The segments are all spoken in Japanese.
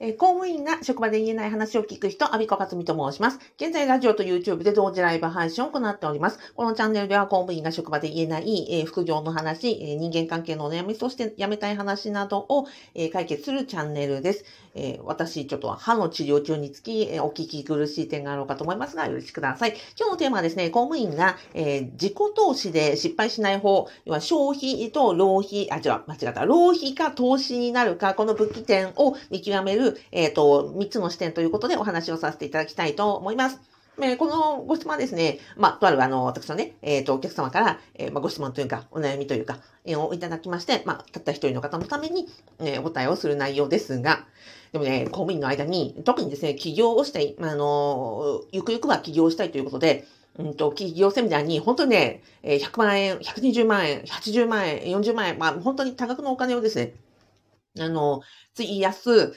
公務員が職場で言えない話を聞く人、阿比子克美と申します。現在、ラジオと YouTube で同時ライブ配信を行っております。このチャンネルでは公務員が職場で言えない、副業の話、人間関係のお悩み、そして辞めたい話などを、解決するチャンネルです。私、ちょっと歯の治療中につき、お聞き苦しい点があろうかと思いますが、よろしくください。今日のテーマはですね、公務員が、自己投資で失敗しない方、要は消費と浪費、間違った。浪費か投資になるか、この分岐点を見極める、3つの視点ということでお話をさせていただきたいと思います。このご質問はですね、とある私のね、お客様から、ご質問というか、お悩みというか、をいただきまして、たった一人の方のために、お答えをする内容ですが、でもね、公務員の間に、特にですね、起業をしたい、ゆくゆくは起業したいということで、起業セミナーに、本当にね、100万円、120万円、80万円、40万円、本当に多額のお金をですね、費やす、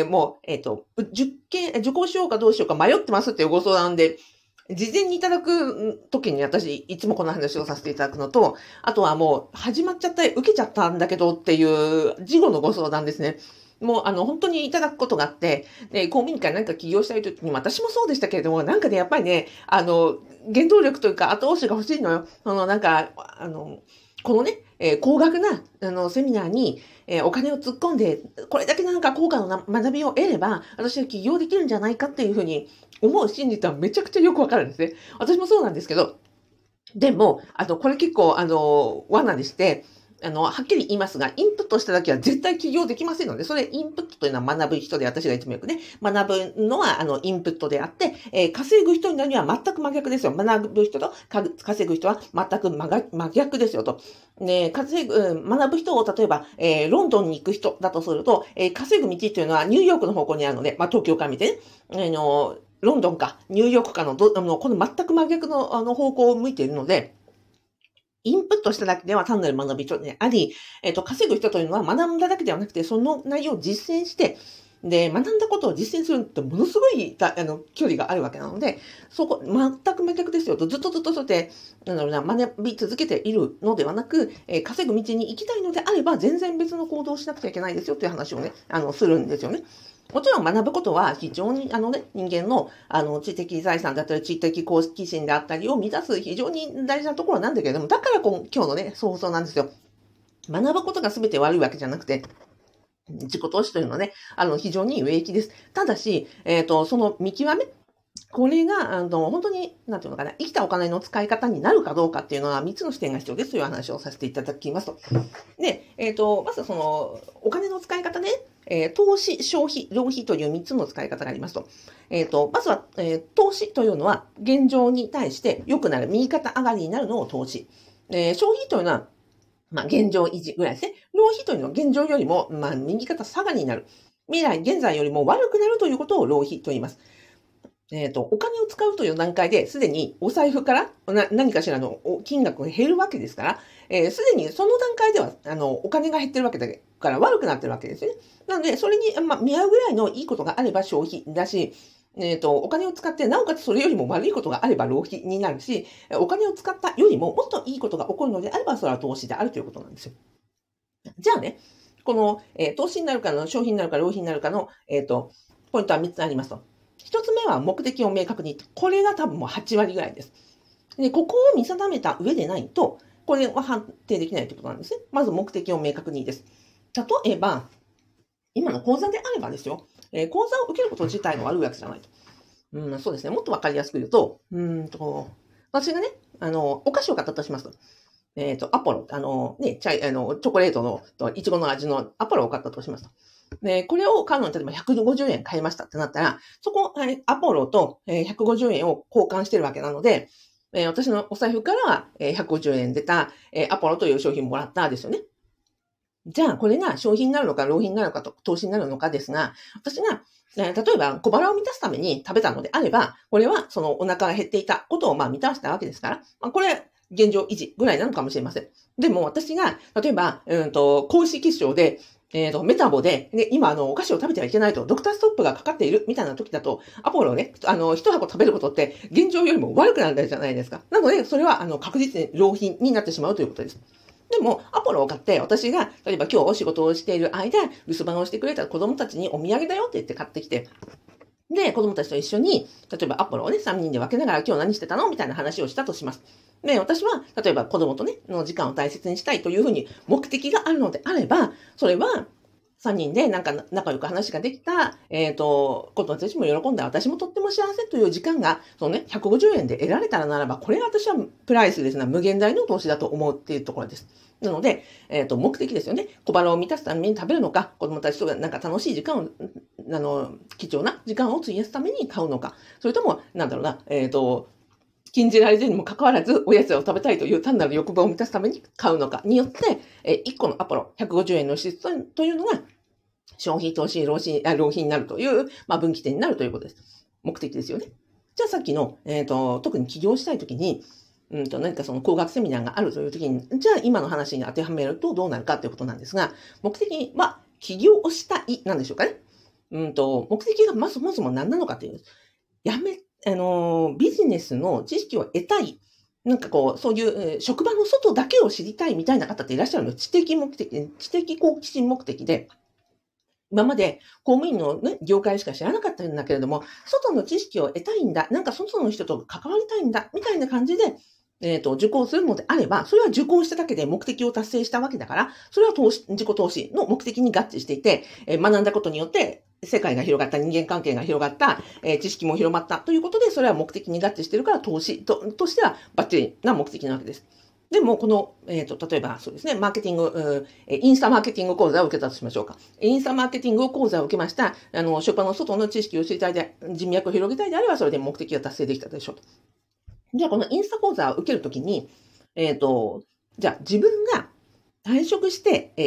受講しようかどうしようか迷ってますっていうご相談で、事前にいただく時に私、いつもこの話をさせていただくのと、あとはもう、始まっちゃった、受けちゃったんだけどっていう、事後のご相談ですね。もう、本当にいただくことがあって、公務員からなんか起業したい時に、私もそうでしたけれども、なんかね、やっぱりね、原動力というか後押しが欲しいのよ。このね、高額な、セミナーに、お金を突っ込んで、これだけなんか高価な学びを得れば、私は起業できるんじゃないかっていうふうに思う心理とはめちゃくちゃよくわかるんですね。私もそうなんですけど、でも、これ結構、罠でして、はっきり言いますが、インプットしただけは絶対起業できませんので、それインプットというのは学ぶ人で、私がいつもよくね、学ぶのは、インプットであって、稼ぐ人になるには全く真逆ですよ。学ぶ人と稼ぐ人は全く真逆ですよと。ね、学ぶ人を、例えば、ロンドンに行く人だとすると、稼ぐ道っていうのはニューヨークの方向にあるので、東京から見てね、ロンドンか、ニューヨークかの、この全く真逆の、方向を向いているので、インプットしただけでは単なる学びであり、稼ぐ人というのは学んだだけではなくて、その内容を実践して、で、学んだことを実践するってものすごい、距離があるわけなので、そこ、全く真逆ですよと、ずっとそうやって、学び続けているのではなく、稼ぐ道に行きたいのであれば、全然別の行動をしなくちゃいけないですよという話をね、するんですよね。もちろん学ぶことは非常に人間の知的財産だったり知的好奇心であったりを満たす非常に大事なところなんだけれども、だから今日のね、放送なんですよ。学ぶことが全て悪いわけじゃなくて、自己投資というのはね、非常に有益です。ただし、その見極め、これが、本当に、なんていうのかな、生きたお金の使い方になるかどうかっていうのは3つの視点が必要ですという話をさせていただきますと。で、まずその、お金の使い方ね、投資、消費、浪費という3つの使い方がありますと。まずは、投資というのは、現状に対して良くなる、右肩上がりになるのを投資。消費というのは、現状維持ぐらいですね。浪費というのは現状よりも、右肩下がりになる。未来、現在よりも悪くなるということを浪費と言います。お金を使うという段階ですでにお財布から何かしらの金額が減るわけですから、すでにその段階ではお金が減ってるわけだから悪くなってるわけですよね。なので、それに、見合うぐらいのいいことがあれば消費だし、お金を使って、なおかつそれよりも悪いことがあれば浪費になるし、お金を使ったよりももっといいことが起こるのであれば、それは投資であるということなんですよ。じゃあね、この、投資になるかの、消費になるか浪費になるかの、ポイントは3つありますと。1つ目は目的を明確に。これが多分もう8割ぐらいです。で、ここを見定めた上でないと、これは判定できないということなんですね。まず目的を明確にです。例えば、今の講座であればですよ、講座を受けること自体が悪いわけじゃないと。そうですね。もっとわかりやすく言うと、私がね、お菓子を買ったとします。アポロ、チョコレートの、いちごの味のアポロを買ったとしますと。で、これを買うのに、例えば150円買いましたってなったら、そこ、アポロと150円を交換してるわけなので、私のお財布からは150円出たアポロという商品もらったですよね。じゃあ、これが商品になるのか、浪費になるのかと、投資になるのかですが、私が、例えば小腹を満たすために食べたのであれば、これはそのお腹が減っていたことを満たしたわけですから、これ、現状維持ぐらいなのかもしれません。でも私が、例えば、高脂血症で、メタボで、今、お菓子を食べてはいけないと、ドクターストップがかかっているみたいな時だと、アポロをね、一箱食べることって、現状よりも悪くなるじゃないですか。なので、それは、確実に浪費になってしまうということです。 でも、アポロを買って、私が、例えば今日仕事をしている間、留守番をしてくれた子供たちにお土産だよって言って買ってきて、で、子供たちと一緒に、例えばアポロをね、3人で分けながら今日何してたのみたいな話をしたとします。で、私は、例えば子供とね、の時間を大切にしたいというふうに目的があるのであれば、それは、3人でなんか仲良く話ができた、子供たちも喜んだ、私もとっても幸せという時間が、そのね、150円で得られたらならば、これは私はプライスレスな無限大の投資だと思うっていうところです。なので、目的ですよね。小腹を満たすために食べるのか、子供たちとなんか楽しい時間を、貴重な時間を費やすために買うのか、それとも、なんだろうな、禁じられてるにもかかわらず、おやつを食べたいという単なる欲望を満たすために買うのかによって、1個のアポロ150円の支出というのが、消費、投資、浪費になるという、分岐点になるということです。目的ですよね。じゃあさっきの、特に起業したいときに、何かその高額セミナーがあるというときに、じゃあ今の話に当てはめるとどうなるかということなんですが、目的は起業をしたいなんでしょうかね。目的がそもそも何なのかという、ビジネスの知識を得たい。なんかこう、そういう、職場の外だけを知りたいみたいな方っていらっしゃるの。知的好奇心目的で、今まで公務員のね、業界しか知らなかったんだけれども、外の知識を得たいんだ、なんか外の人と関わりたいんだ、みたいな感じで、受講するのであれば、それは受講しただけで目的を達成したわけだから、それは自己投資の目的に合致していて、学んだことによって、世界が広がった、人間関係が広がった、知識も広まったということで、それは目的に合致しているから、投資としてはバッチリな目的なわけです。でも、この、例えば、そうですね、マーケティング、インスタマーケティング講座を受けたとしましょうか。インスタマーケティング講座を受けました。職場の外の知識を知りたいで、人脈を広げたいであれば、それで目的が達成できたでしょうと。じゃあ、このインスタ講座を受けるときに、じゃあ、自分が退職して、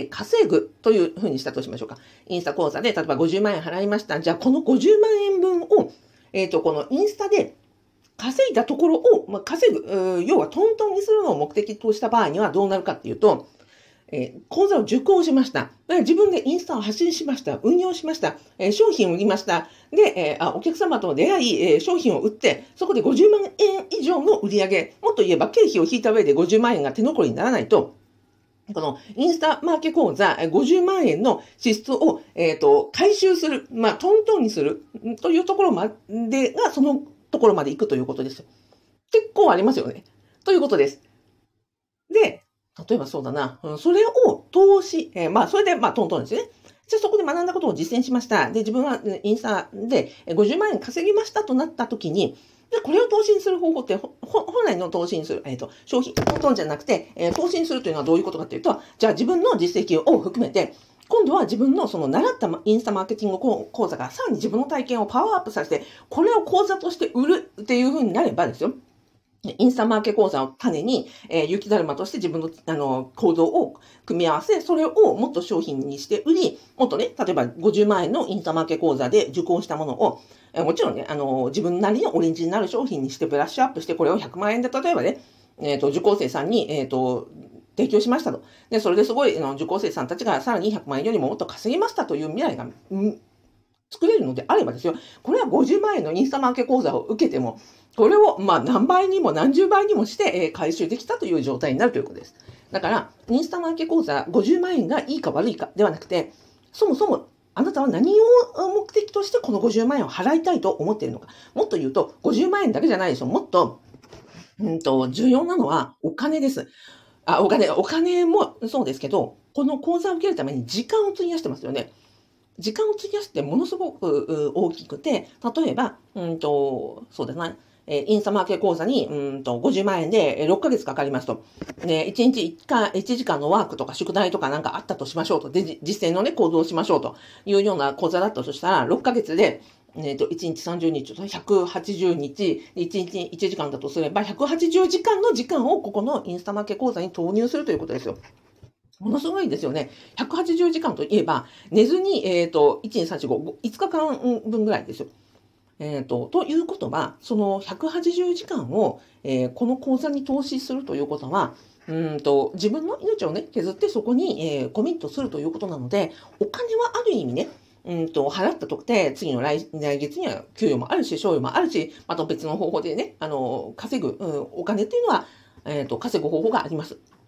稼ぐというふうにしたとしましょうか。インスタ講座で、例えば50万円払いました。じゃあ、この50万円分を、このインスタで、稼いだところを、稼ぐ、要はトントンにするのを目的とした場合にはどうなるかっていうと、講座を受講しました。自分でインスタを発信しました。運用しました。商品を売りました。で、お客様と出会い、商品を売って、そこで50万円以上の売り上げ、もっと言えば経費を引いた上で50万円が手残りにならないと、このインスタマーケ講座50万円の支出を、回収する、トントンにするというところまでが、そのところまで行くということです。結構ありますよね。ということです。で、例えばそうだな、それを投資、それで、トントンですね。じゃあそこで学んだことを実践しました。で、自分はインスタで50万円稼ぎましたとなった時に、で、これを投資にする方法って、本来の投資にする、消費、トントンじゃなくて、投資にするというのはどういうことかというと、じゃあ自分の実績を含めて、今度は自分のその習ったインスタマーケティング講座がさらに自分の体験をパワーアップさせて、これを講座として売るっていう風になればですよ。インスタマーケ講座を種に、雪だるまとして自分の、行動を組み合わせ、それをもっと商品にして売り、もっとね、例えば50万円のインスタマーケ講座で受講したものを、もちろんね、自分なりのオリジナル商品にしてブラッシュアップして、これを100万円で例えばね、受講生さんに、提供しましたと。で、それですごい、受講生さんたちがさらに100万円よりももっと稼ぎましたという未来が、作れるのであればですよ、これは50万円のインスタマーケ講座を受けても、これを何倍にも何十倍にもして、回収できたという状態になるということです。だから、インスタマーケ講座50万円がいいか悪いかではなくて、そもそもあなたは何を目的としてこの50万円を払いたいと思っているのか。もっと言うと、50万円だけじゃないですよ。もっと、重要なのはお金です。お金もそうですけど、この講座を受けるために時間を費やしてますよね。時間を費やしてものすごく大きくて、例えば、そうだな、インスタマーケ講座に、50万円で6ヶ月かかりますと。1日1時間のワークとか宿題とかなんかあったとしましょうと。で、実践のね、行動をしましょうというような講座だったとしたら、6ヶ月で、1日30日、180日、1日1時間だとすれば、180時間の時間をここのインスタマーケ講座に投入するということですよ。ものすごいですよね。180時間といえば、寝ずに、1、2、3、4、5、5日間分ぐらいですよ。ということは、その180時間を、この講座に投資するということは、自分の命をね、削ってそこに、コミットするということなので、お金はある意味ね、払ったとて、次の来月には給与もあるし、賞与もあるし、また別の方法でね、稼ぐ、お金っていうのは、稼ぐ方法があります。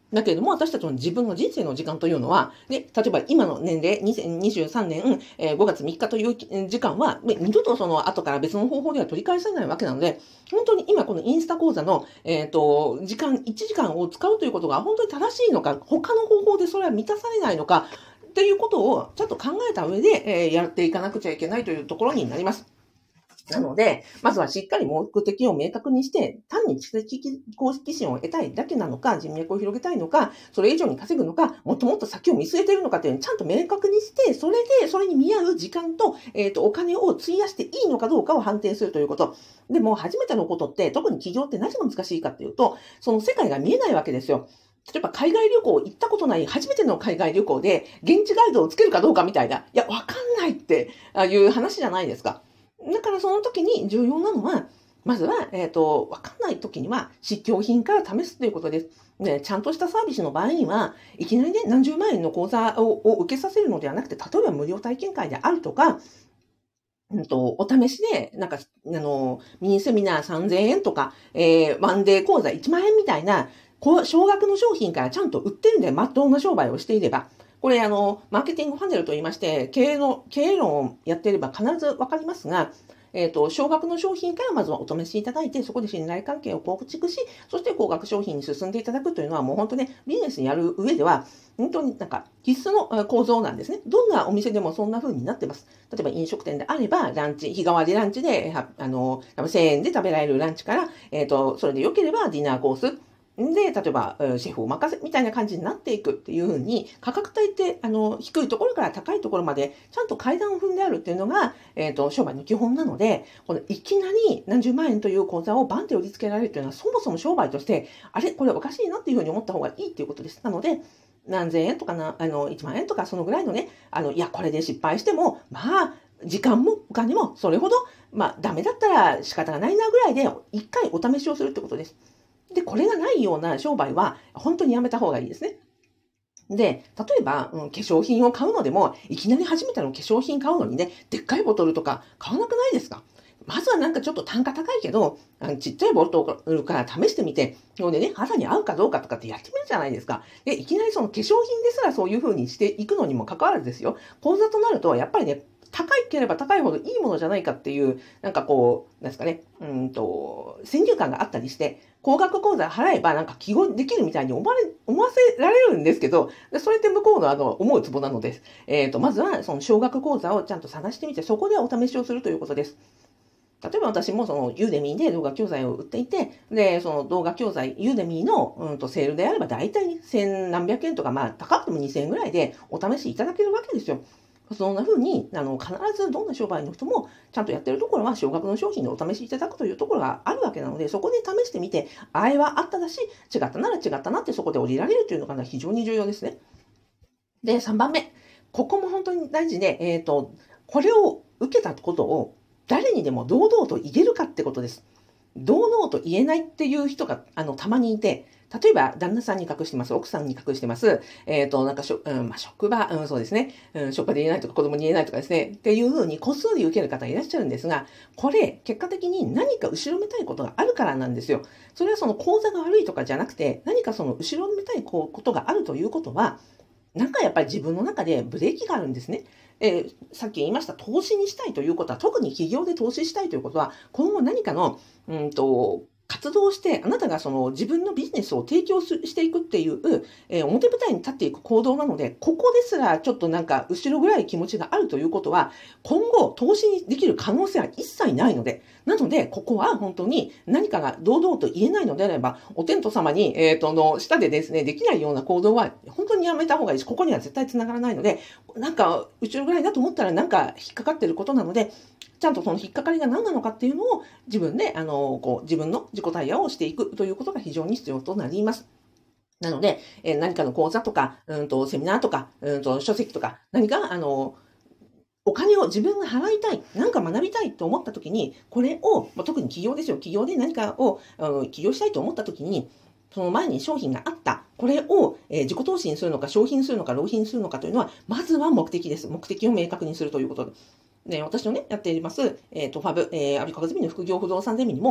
だけれども、私たちの自分の人生の時間というのは、ね、例えば今の年齢、2023年、5月3日という時間は、二度とその後から別の方法では取り返せないわけなので、本当に今このインスタ講座の、時間、1時間を使うということが本当に正しいのか、他の方法でそれは満たされないのか、っていうことをちゃんと考えた上で、やっていかなくちゃいけないというところになります。なので、まずはしっかり目的を明確にして、単に知的好奇心を得たいだけなのか、人脈を広げたいのか、それ以上に稼ぐのか、もっともっと先を見据えているのかっていうのをちゃんと明確にして、それに見合う時間と、お金を費やしていいのかどうかを判定するということ。でも、初めてのことって、特に起業って何が難しいかっていうと、その世界が見えないわけですよ。例えば海外旅行行ったことない初めての海外旅行で現地ガイドをつけるかどうかみたいな、いや、わかんないっていう話じゃないですか。だからその時に重要なのは、まずは、わかんない時には、試供品から試すということです。ね、ちゃんとしたサービスの場合には、いきなりね、何十万円の講座を受けさせるのではなくて、例えば無料体験会であるとか、お試しで、なんか、ミニセミナー3000円とか、ワンデー講座1万円みたいな、少額の商品からちゃんと売ってるんで、まっとうな商売をしていれば、これ、マーケティングファネルと言いまして、経営論をやっていれば必ずわかりますが、少額の商品からまずはお試しいただいて、そこで信頼関係を構築し、そして高額商品に進んでいただくというのは、もう本当にビジネスにやる上では、本当になんか必須の構造なんですね。どんなお店でもそんな風になってます。例えば飲食店であれば、日替わりランチで、1000円で食べられるランチから、それで良ければディナーコース、で、例えば、シェフを任せ、みたいな感じになっていくっていうふうに、価格帯って、低いところから高いところまで、ちゃんと階段を踏んであるっていうのが、商売の基本なので、このいきなり何十万円という口座をバンって売りつけられるっていうのは、そもそも商売として、あれこれおかしいなっていうふうに思った方がいいっていうことです。なので、何千円とか1万円とか、そのぐらいのね、いや、これで失敗しても、まあ、時間もお金もそれほど、ダメだったら仕方がないなぐらいで、一回お試しをするってことです。で、これがないような商売は本当にやめた方がいいですね。で、例えば、化粧品を買うのでも、いきなり初めての化粧品買うのにね、でっかいボトルとか買わなくないですか？まずはなんかちょっと単価高いけど、ちっちゃいボトルから試してみて、それでね、肌に合うかどうかとかってやってみるじゃないですか。で、いきなりその化粧品ですらそういう風にしていくのにも関わらずですよ。講座となると、やっぱりね、高ければ高いほどいいものじゃないかっていう、なんかこう、なんですかね、先入観があったりして、高額講座払えばなんか起業できるみたいに思わせられるんですけど、それって向こうの思うツボなのです。まずはその少額講座をちゃんと探してみて、そこでお試しをするということです。例えば私もそのユーデミーで動画教材を売っていて、で、その動画教材、ユーデミーの、セールであれば大体千何百円とか、高くても2000円ぐらいでお試しいただけるわけですよ。そんな風に、必ずどんな商売の人もちゃんとやってるところは少額の商品でお試しいただくというところがあるわけなので、そこで試してみて、あれはあっただし、違ったなら違ったなってそこで降りられるというのが非常に重要ですね。で、3番目。ここも本当に大事で、これを受けたことを誰にでも堂々と言えるかってことです。堂々と言えないっていう人が、たまにいて、例えば、旦那さんに隠してます、奥さんに隠してます、なんか職場、そうですね、職場で言えないとか子供に言えないとかですね、っていうふうにこっそり受ける方いらっしゃるんですが、これ、結果的に何か後ろめたいことがあるからなんですよ。それはその講座が悪いとかじゃなくて、何かその後ろめたいことがあるということは、なんかやっぱり自分の中でブレーキがあるんですね。さっき言いました投資にしたいということは、特に企業で投資したいということは、今後何かの、活動をして、あなたがその自分のビジネスを提供していくっていう、表舞台に立っていく行動なので、ここですらちょっとなんか後ろぐらい気持ちがあるということは、今後投資にできる可能性は一切ないので、なので、ここは本当に何かが堂々と言えないのであれば、お天道様に、下でですね、できないような行動は本当にやめた方がいいし、ここには絶対繋がらないので、なんか後ろぐらいだと思ったらなんか引っかかってることなので、ちゃんとその引っかかりが何なのかっていうのを自分で、自分の自己対話をしていくということが非常に必要となります。なので、何かの講座とか、セミナーとか、書籍とか、何か、お金を自分が払いたい、何か学びたいと思ったときに、これを、特に企業ですよ、企業で何かを、起業したいと思ったときに、その前に商品があった。これを、自己投資にするのか、商品するのか、浪費にするのかというのは、まずは目的です。目的を明確にするということで。私のね、やっています、ファブ、アビカズミの副業不動産ゼミにも、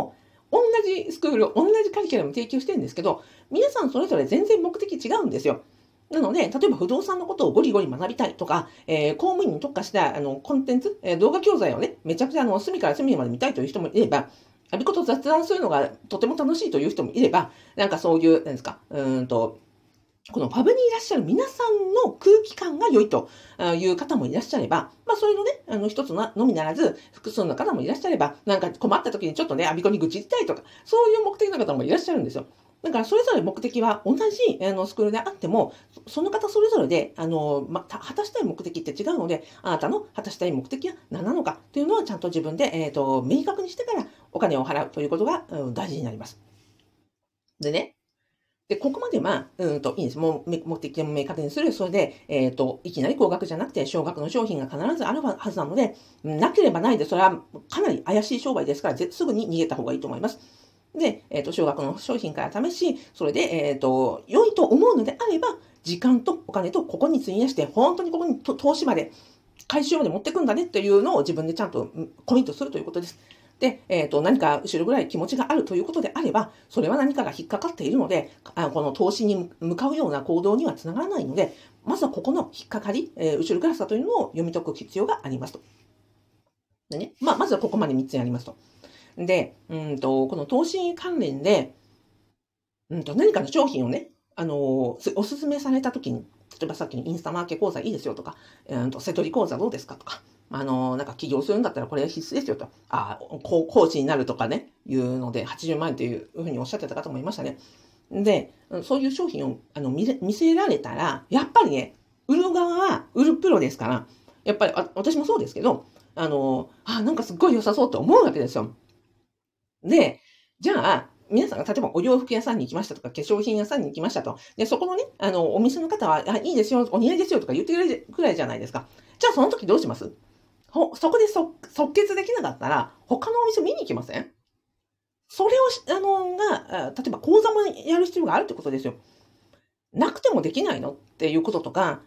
同じスクール、同じカリキュラム提供してるんですけど、皆さんそれぞれ全然目的違うんですよ。なので、例えば不動産のことをゴリゴリ学びたいとか、公務員に特化したコンテンツ、動画教材をね、めちゃくちゃ隅から隅まで見たいという人もいれば、アビコと雑談するのがとても楽しいという人もいれば、なんかそういう、なんですか、このパブにいらっしゃる皆さんの空気感が良いという方もいらっしゃれば、まあそれのね、一つのみならず、複数の方もいらっしゃれば、なんか困った時にちょっとね、アビコに愚痴りたいとか、そういう目的の方もいらっしゃるんですよ。だからそれぞれ目的は同じスクールであっても、その方それぞれで、果たしたい目的って違うので、あなたの果たしたい目的は何なのかというのはちゃんと自分で、明確にしてからお金を払うということが、大事になります。でね、で、ここまでは、いいんです。もう、目的を明確にする。それで、いきなり高額じゃなくて、少額の商品が必ずあるはずなので、なければないで、それはかなり怪しい商売ですから、すぐに逃げた方がいいと思います。で、少額の商品から試し、それで、良いと思うのであれば、時間とお金とここに費やして、本当にここに投資まで、回収まで持ってくんだねっていうのを自分でちゃんとコミットするということです。で、何か後ろぐらい気持ちがあるということであれば、それは何かが引っかかっているので、この投資に向かうような行動にはつながらないので、まずはここの引っかかり、後ろ暗さというのを読み解く必要がありますと。でね、まずはここまで3つありますと。で、この投資関連で、何かの商品をね、おすすめされたときに、例えばさっきのインスタマーケ講座いいですよとか、セトリ講座どうですかとか、なんか起業するんだったらこれ必須ですよと。講師になるとかね、いうので80万円というふうにおっしゃってた方もいましたね。で、そういう商品を見せられたら、やっぱりね、売る側は売るプロですから、やっぱり私もそうですけど、なんかすっごい良さそうと思うわけですよ。で、じゃあ、皆さんが例えばお洋服屋さんに行きましたとか、化粧品屋さんに行きましたと。で、そこのね、お店の方は、いいですよ、お似合いですよとか言ってくれるくらいじゃないですか。じゃあその時どうします？そこで即決できなかったら、他のお店見に行きません？それを例えば講座もやる必要があるってことですよ。なくてもできないのっていうこととか、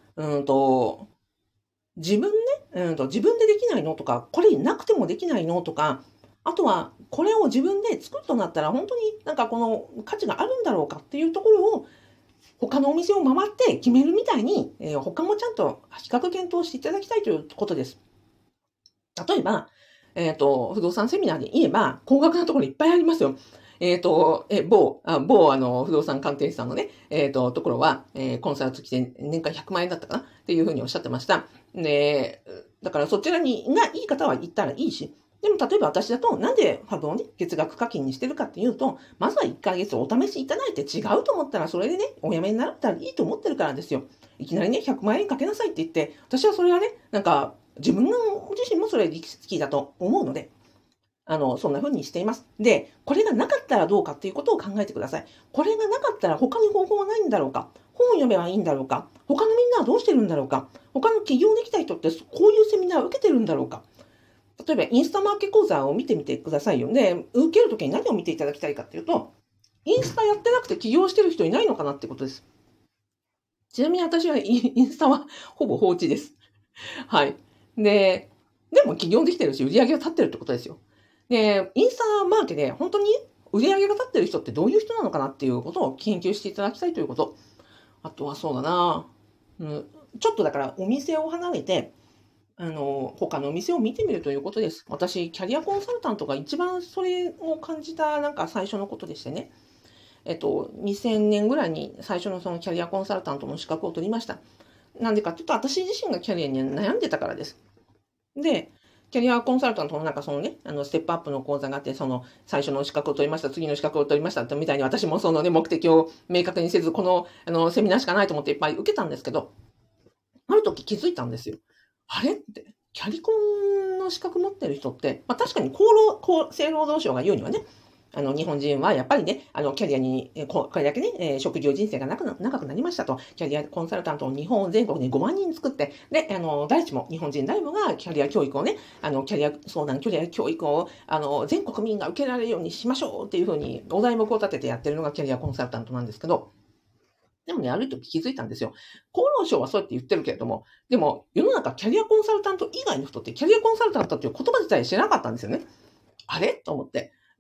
自分ね、自分でできないのとか、これなくてもできないのとか、あとは、これを自分で作るとなったら、本当になんかこの価値があるんだろうかっていうところを、他のお店を回って決めるみたいに、他もちゃんと比較検討していただきたいということです。例えば、不動産セミナーで言えば、高額なところいっぱいありますよ。某不動産鑑定士さんのね、ところは、コンサル付きで年間100万円だったかなっていうふうにおっしゃってました。で、だからそちらがいい方は行ったらいいし、でも例えば私だと、なんでファブをね、月額課金にしてるかっていうと、まずは1ヶ月お試しいただいて違うと思ったら、それでね、おやめになったらいいと思ってるからですよ。いきなりね、100万円かけなさいって言って、私はそれはね、なんか、自分自身もそれリスキーだと思うので、そんな風にしています。で、これがなかったらどうかっていうことを考えてください。これがなかったら他に方法はないんだろうか？本を読めばいいんだろうか？他のみんなはどうしてるんだろうか？他の起業できた人ってこういうセミナーを受けてるんだろうか？例えばインスタマーケ講座を見てみてくださいよ。で、受けるときに何を見ていただきたいかっていうと、インスタやってなくて起業してる人いないのかなってことです。ちなみに私はインスタはほぼ放置です。はい。でも起業できてるし、売り上げが立ってるってことですよ。で、インスタマーケで本当に売り上げが立ってる人ってどういう人なのかなっていうことを研究していただきたいということ。あとはそうだな、ちょっとだからお店を離れて、他のお店を見てみるということです。私、キャリアコンサルタントが一番それを感じたなんか最初のことでしてね。2000年ぐらいに最初のそのキャリアコンサルタントの資格を取りました。なんでかっていうと、私自身がキャリアに悩んでたからです。で、キャリアコンサルタントのなんかそのね、ステップアップの講座があって、その最初の資格を取りました、次の資格を取りましたみたいに私もそのね、目的を明確にせず、このセミナーしかないと思っていっぱい受けたんですけど、ある時気づいたんですよ。あれって、キャリコンの資格持ってる人って、確かに厚生労働省が言うにはね、日本人はやっぱりね、キャリアに、これだけね、職業人生が長くなりましたと、キャリアコンサルタントを日本全国に5万人作って、で、誰しも、日本人誰もがキャリア教育をね、キャリア相談、キャリア教育を、全国民が受けられるようにしましょうっていうふうに、お題目を立ててやってるのがキャリアコンサルタントなんですけど、でもね、ある時気づいたんですよ。厚労省はそうやって言ってるけれども、でも、世の中キャリアコンサルタント以外の人って、キャリアコンサルタントっていう言葉自体知らなかったんですよね。あれと思って。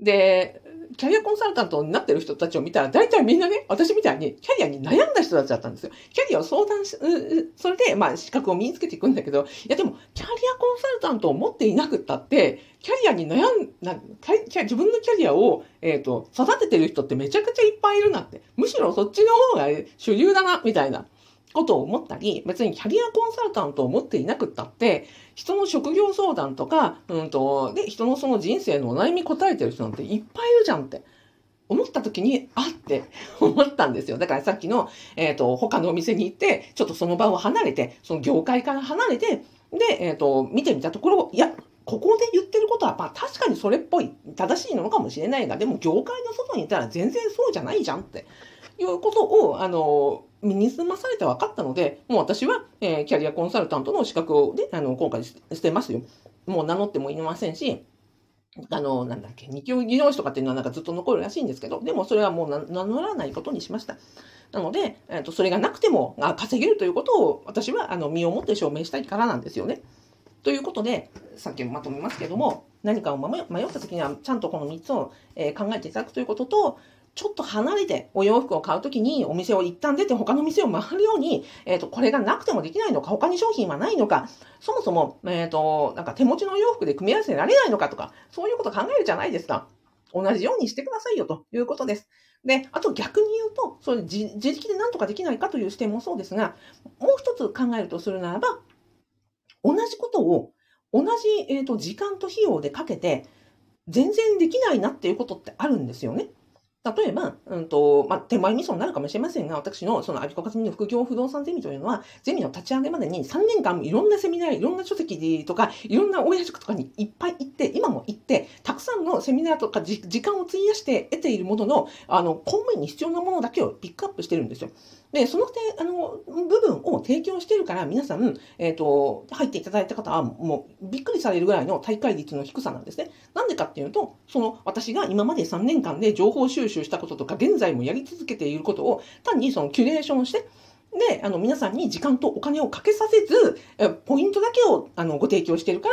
で、キャリアコンサルタントになってる人たちを見たら、大体みんなね、私みたいにキャリアに悩んだ人たちだったんですよ。キャリアを相談し、それで、資格を身につけていくんだけど、いやでも、キャリアコンサルタントを持っていなくったって、キャリアに自分のキャリアを、育ててる人ってめちゃくちゃいっぱいいるなって。むしろそっちの方が主流だな、みたいなことを思ったり、別にキャリアコンサルタントを持っていなくったって、人の職業相談とか、で、人のその人生のお悩み答えてる人なんていっぱいいるじゃんって思った時に、って思ったんですよ。だからさっきの、他のお店に行って、ちょっとその場を離れて、その業界から離れて、で、見てみたところ、いや、ここで言ってることは、確かにそれっぽい、正しいのかもしれないが、でも業界の外にいたら全然そうじゃないじゃんっていうことを、身につまされて分かったので、もう私は、キャリアコンサルタントの資格をね、今回捨てますよ。もう名乗ってもいませんし、二級技能士とかっていうのはなんかずっと残るらしいんですけど、でもそれはもう名乗らないことにしました。なので、それがなくても稼げるということを私は身をもって証明したいからなんですよね。ということで、さっきまとめますけども、何かを迷った時にはちゃんとこの3つを、考えていただくということと、ちょっと離れてお洋服を買うときにお店を一旦出て他の店を回るように、これがなくてもできないのか、他に商品はないのか、そもそも、なんか手持ちのお洋服で組み合わせられないのかとか、そういうこと考えるじゃないですか。同じようにしてくださいよということです。で、あと逆に言うと、それ自力で何とかできないかという視点もそうですが、もう一つ考えるとするならば、同じことを同じ、時間と費用でかけて、全然できないなっていうことってあるんですよね。例えば、手前味噌になるかもしれませんが、私のそのアビコカズミの副業不動産ゼミというのは、ゼミの立ち上げまでに3年間いろんなセミナー、いろんな書籍とか、いろんな親塾とかにいっぱい行って、今も行って、たくさんのセミナーとか時間を費やして得ているものの、公務員に必要なものだけをピックアップしてるんですよ。で、その部分を提供しているから、皆さん、入っていただいた方は、もうびっくりされるぐらいの大会率の低さなんですね。なんでかっていうと、私が今まで3年間で情報収集したこととか、現在もやり続けていることを、単にそのキュレーションして、で、皆さんに時間とお金をかけさせず、ポイントだけを、ご提供しているから、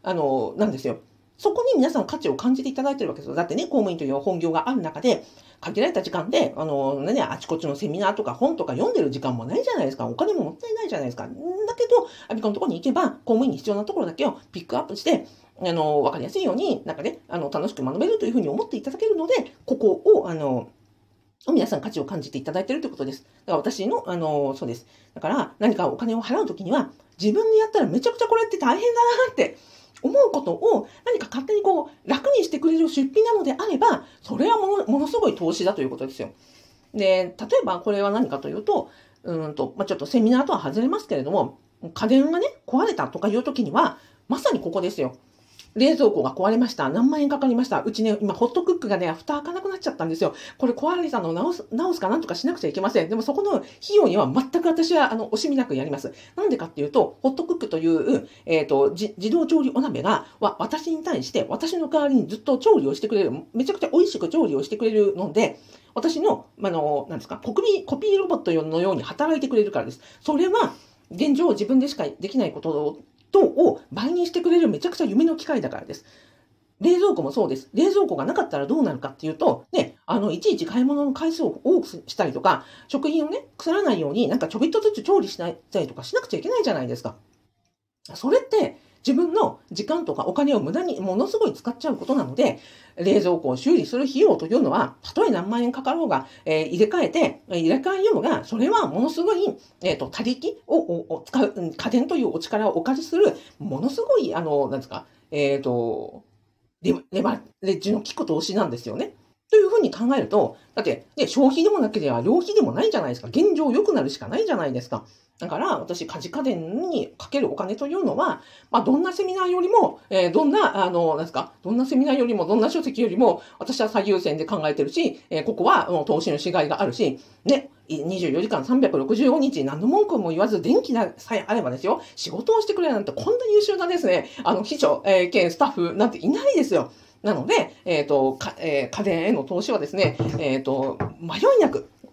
なんですよ。そこに皆さん価値を感じていただいているわけですよ。だってね、公務員という本業がある中で、限られた時間で、あちこちのセミナーとか本とか読んでる時間もないじゃないですか。お金ももったいないじゃないですか。だけど、アビコのところに行けば、公務員に必要なところだけをピックアップして、わかりやすいように、なんかね、楽しく学べるというふうに思っていただけるので、ここを、皆さん価値を感じていただいているということです。だから私の、そうです。だから何かお金を払うときには、自分でやったらめちゃくちゃこれって大変だなって思うことを何か勝手に楽にしてくれる出費なのであれば、それはものすごい投資だということですよ。で、例えばこれは何かというと、ちょっとセミナーとは外れますけれども、家電がね、壊れたとかいうときには、まさにここですよ。冷蔵庫が壊れました。何万円かかりました。うちね、今、ホットクックがね、蓋開かなくなっちゃったんですよ。これ壊れたのを直すかなんとかしなくちゃいけません。でもそこの費用には全く私は、惜しみなくやります。なんでかっていうと、ホットクックという、自動調理お鍋が、私に対して、私の代わりにずっと調理をしてくれる、めちゃくちゃ美味しく調理をしてくれるので、私の、なんですか、コピーロボットのように働いてくれるからです。それは、現状自分でしかできないことを倍にしてくれるめちゃくちゃ夢の機会だからです。冷蔵庫もそうです。冷蔵庫がなかったらどうなるかっていうと、ね、いちいち買い物の回数を多くしたりとか、食品をね、腐らないようになんかちょびっとずつ調理したりとかしなくちゃいけないじゃないですか。それって、自分の時間とかお金を無駄にものすごい使っちゃうことなので、冷蔵庫を修理する費用というのは、たとえ何万円かかろうが、入れ替えようが、それはものすごい、他力を使う、家電というお力をお借りする、ものすごい、なんですか、レバレッジの効く投資なんですよね。というふうに考えると、だって、ね、消費でもなければ浪費でもないじゃないですか。現状良くなるしかないじゃないですか。だから、私、家事家電にかけるお金というのは、どんなセミナーよりも、どんなセミナーよりも、どんな書籍よりも、私は最優先で考えてるし、ここは、投資のしがいがあるし、ね、24時間365日何の文句も言わず電気さえあればですよ、仕事をしてくれるなんてこんな優秀なですね、秘書、兼スタッフなんていないですよ。なので、家電への投資はですね、迷いなく、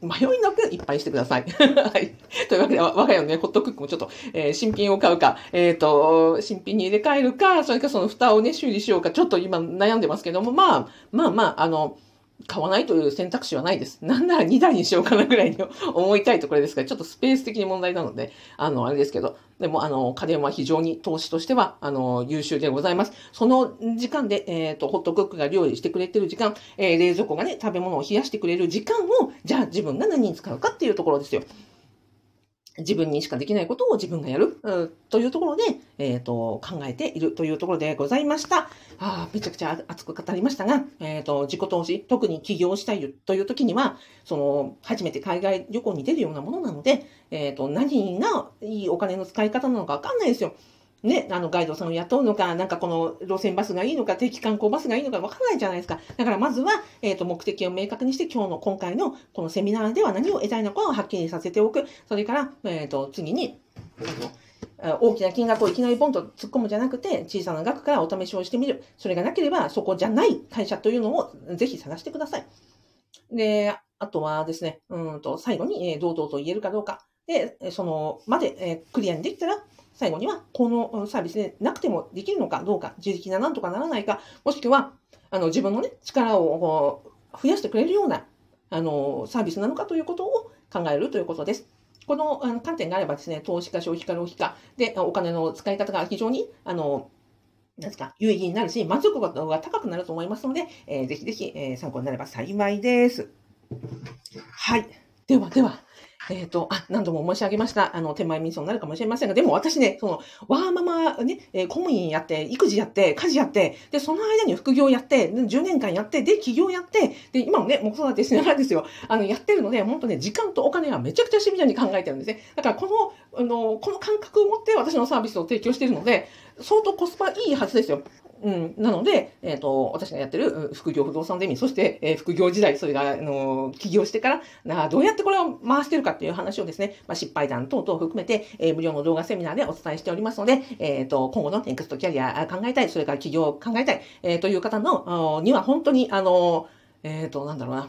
迷いなくいっぱいしてください。はい。というわけで、我が家のね、ホットクックもちょっと、新品を買うか、新品に入れ替えるか、それかその蓋をね、修理しようか、ちょっと今悩んでますけども、買わないという選択肢はないです。なんなら2台にしようかなぐらいに思いたいところですが、ちょっとスペース的に問題なので、あれですけど、でも、家電は非常に投資としては、優秀でございます。その時間で、ホットクックが料理してくれてる時間、冷蔵庫がね、食べ物を冷やしてくれる時間を、じゃあ自分が何に使うかっていうところですよ。自分にしかできないことを自分がやる、というところで、考えているというところでございました。めちゃくちゃ熱く語りましたが、自己投資、特に起業したいという時には、初めて海外旅行に出るようなものなので、何がいいお金の使い方なのかわかんないですよ。ね、ガイドさんを雇うのか、なんかこの路線バスがいいのか、定期観光バスがいいのかわからないじゃないですか。だからまずは、目的を明確にして、今回のこのセミナーでは何を得たいのかをはっきりさせておく。それから、次に、大きな金額をいきなりボンと突っ込むんじゃなくて、小さな額からお試しをしてみる。それがなければ、そこじゃない会社というのをぜひ探してください。で、あとはですね、最後に、堂々と言えるかどうか。で、クリアにできたら、最後には、このサービスでなくてもできるのかどうか、自力がなんとかならないか、もしくは、自分のね、力を増やしてくれるような、サービスなのかということを考えるということです。この観点があればですね、投資か消費か浪費かで、お金の使い方が非常に、有意義になるし、満足度が高くなると思いますので、ぜひぜひ、参考になれば幸いです。はい。では、何度も申し上げました。手前味噌になるかもしれませんが、でも私ね、ワーママね、公務員やって、育児やって、家事やって、で、その間に副業やって、10年間やって、で、起業やって、で、今もね、子育てしながらですよ、やってるので、本当ね、時間とお金はめちゃくちゃシビアに考えてるんですね。だから、この感覚を持って私のサービスを提供しているので、相当コスパいいはずですよ。なので、私がやってる副業不動産ゼミ、そして、副業時代、それが、起業してから、どうやってこれを回してるかっていう話をですね、失敗談等々含めて、無料の動画セミナーでお伝えしておりますので、今後のネクストキャリア考えたい、それから起業を考えたい、という方の、には本当に、なんだろうな、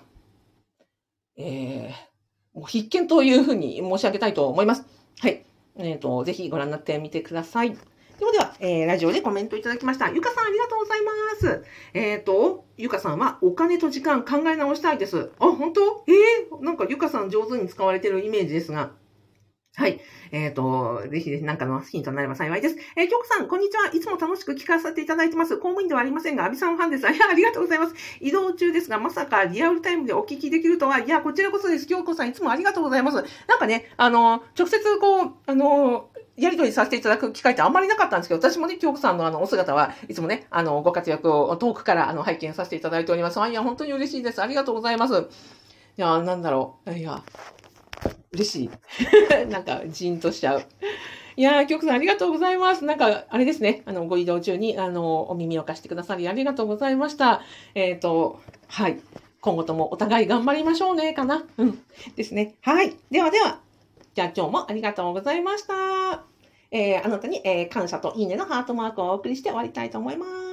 もう必見というふうに申し上げたいと思います。はい。ぜひご覧になってみてください。では、ラジオでコメントいただきました。ゆかさん、ありがとうございます。ゆかさんは、お金と時間考え直したいです。あ、本当？なんかゆかさん上手に使われてるイメージですが。はい。ぜひなんかのヒントになれば幸いです。京子さん、こんにちは。いつも楽しく聞かせていただいてます。公務員ではありませんが、アビさんファンです。ありがとうございます。移動中ですが、まさかリアルタイムでお聞きできるとは、いや、こちらこそです。京子さん、いつもありがとうございます。なんかね、直接やりとりさせていただく機会ってあんまりなかったんですけど、私もね、京子さんのお姿はいつもね、ご活躍を遠くから拝見させていただいております。いや、本当に嬉しいです。ありがとうございます。いや、なんだろう。いや、嬉しい。なんか、じんとしちゃう。いやー、京子さんありがとうございます。なんか、あれですね。ご移動中に、お耳を貸してくださりありがとうございました。はい。今後ともお互い頑張りましょうね、かな。ですね。はい。では、じゃあ今日もありがとうございました。あなたに、感謝といいねのハートマークをお送りして終わりたいと思います。